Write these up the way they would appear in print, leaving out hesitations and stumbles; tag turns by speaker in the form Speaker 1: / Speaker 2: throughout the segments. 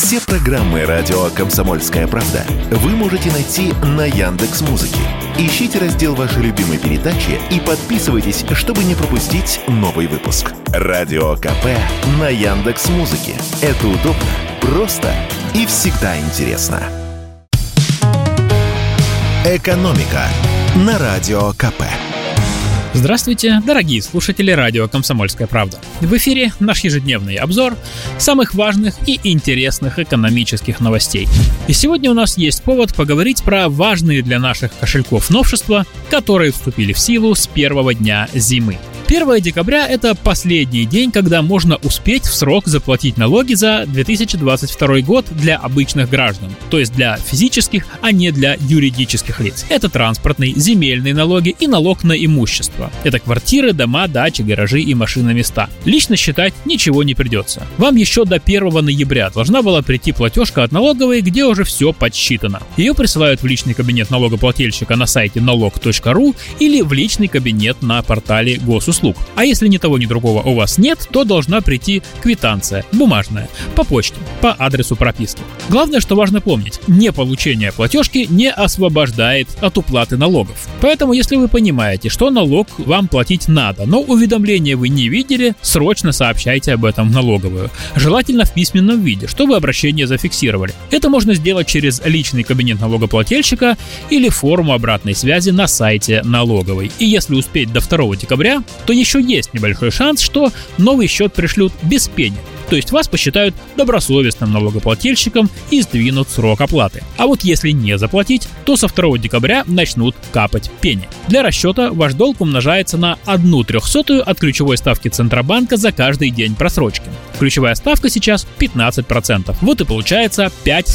Speaker 1: Все программы радио «Комсомольская правда» вы можете найти на Яндекс.Музыке. Ищите раздел вашей любимой передачи и подписывайтесь, чтобы не пропустить новый выпуск. Радио КП на Яндекс.Музыке. Это удобно, просто и всегда интересно. «Экономика» на Радио КП.
Speaker 2: Здравствуйте, дорогие слушатели радио «Комсомольская правда». В эфире наш ежедневный обзор самых важных и интересных экономических новостей. И сегодня у нас есть повод поговорить про важные для наших кошельков новшества, которые вступили в силу с первого дня зимы. 1 декабря – это последний день, когда можно успеть в срок заплатить налоги за 2022 год для обычных граждан, то есть для физических, а не для юридических лиц. Это транспортные, земельные налоги и налог на имущество. Это квартиры, дома, дачи, гаражи и машиноместа. Лично считать ничего не придется. Вам еще до 1 ноября должна была прийти платежка от налоговой, где уже все подсчитано. Ее присылают в личный кабинет налогоплательщика на сайте налог.ру или в личный кабинет на портале госуслуг. А если ни того, ни другого у вас нет, то должна прийти квитанция, бумажная, по почте, по адресу прописки. Главное, что важно помнить, неполучение платежки не освобождает от уплаты налогов. Поэтому, если вы понимаете, что налог вам платить надо, но уведомления вы не видели, срочно сообщайте об этом в налоговую. Желательно в письменном виде, чтобы обращение зафиксировали. Это можно сделать через личный кабинет налогоплательщика или форму обратной связи на сайте налоговой. И если успеть до 2 декабря, то еще есть небольшой шанс, что новый счет пришлют без пени. То есть вас посчитают добросовестным налогоплательщиком и сдвинут срок оплаты. А вот если не заплатить, то со 2 декабря начнут капать пени. Для расчета ваш долг умножается на 1/300 от ключевой ставки Центробанка за каждый день просрочки. Ключевая ставка сейчас 15%. Вот и получается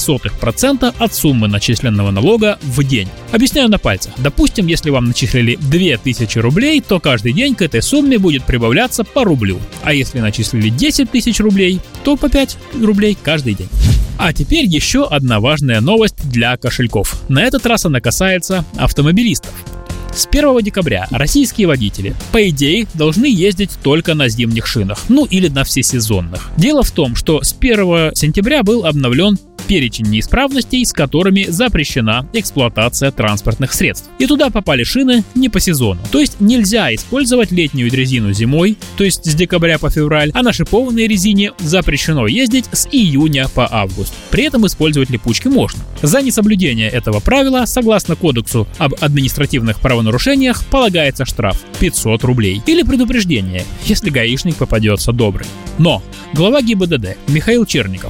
Speaker 2: 0,05% от суммы начисленного налога в день. Объясняю на пальцах. Допустим, если вам начислили 2000 рублей, то каждый день к этой сумме будет прибавляться по рублю. А если начислили 10 тысяч рублей, то по 5 рублей каждый день. А теперь еще одна важная новость для кошельков. На этот раз она касается автомобилистов. С 1 декабря российские водители, по идее, должны ездить только на зимних шинах, или на всесезонных. Дело в том, что с 1 сентября был обновлен перечень неисправностей, с которыми запрещена эксплуатация транспортных средств. И туда попали шины не по сезону. То есть нельзя использовать летнюю резину зимой, то есть с декабря по февраль, а на шипованной резине запрещено ездить с июня по август. При этом использовать липучки можно. За несоблюдение этого правила, согласно Кодексу об административных правонарушениях, полагается штраф 500 рублей. Или предупреждение, если гаишник попадется добрый. Но глава ГИБДД Михаил Черников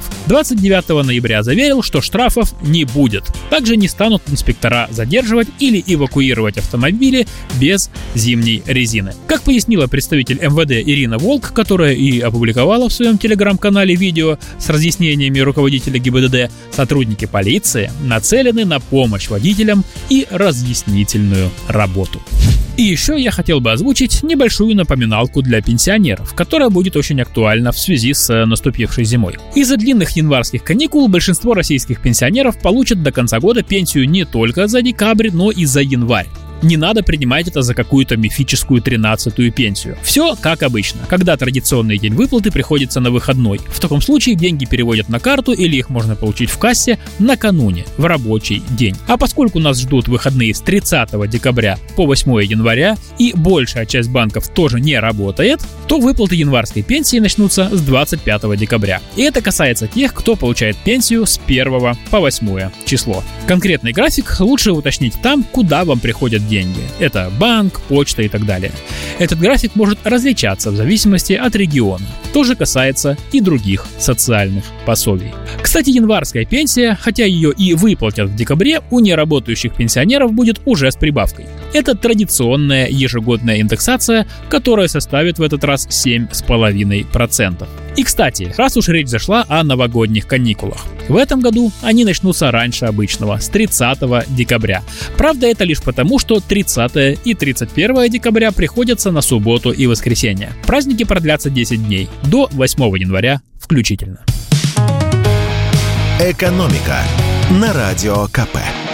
Speaker 2: 29 ноября заверил, что штрафов не будет. Также не станут инспектора задерживать или эвакуировать автомобили без зимней резины. Как пояснила представитель МВД Ирина Волк, которая и опубликовала в своем телеграм-канале видео с разъяснениями руководителя ГИБДД, сотрудники полиции нацелены на помощь водителям и разъяснительную работу. И еще я хотел бы озвучить небольшую напоминалку для пенсионеров, которая будет очень актуальна в связи с наступившей зимой. Из-за длинных январских каникул большинство российских пенсионеров получат до конца года пенсию не только за декабрь, но и за январь. Не надо принимать это за какую-то мифическую 13-ю пенсию. Все как обычно, когда традиционный день выплаты приходится на выходной. В таком случае деньги переводят на карту или их можно получить в кассе накануне, в рабочий день. А поскольку нас ждут выходные с 30 декабря по 8 января и большая часть банков тоже не работает, то выплаты январской пенсии начнутся с 25 декабря. И это касается тех, кто получает пенсию с 1 по 8 число. Конкретный график лучше уточнить там, куда вам приходят деньги. Это банк, почта и так далее. Этот график может различаться в зависимости от региона. То же касается и других социальных пособий. Кстати, январская пенсия, хотя ее и выплатят в декабре, у неработающих пенсионеров будет уже с прибавкой. Это традиционная ежегодная индексация, которая составит в этот раз 7,5%. И, кстати, раз уж речь зашла о новогодних каникулах, в этом году они начнутся раньше обычного, с 30 декабря. Правда, это лишь потому, что 30 и 31 декабря приходятся на субботу и воскресенье. Праздники продлятся 10 дней, до 8 января включительно.
Speaker 1: «Экономика» на Радио КП.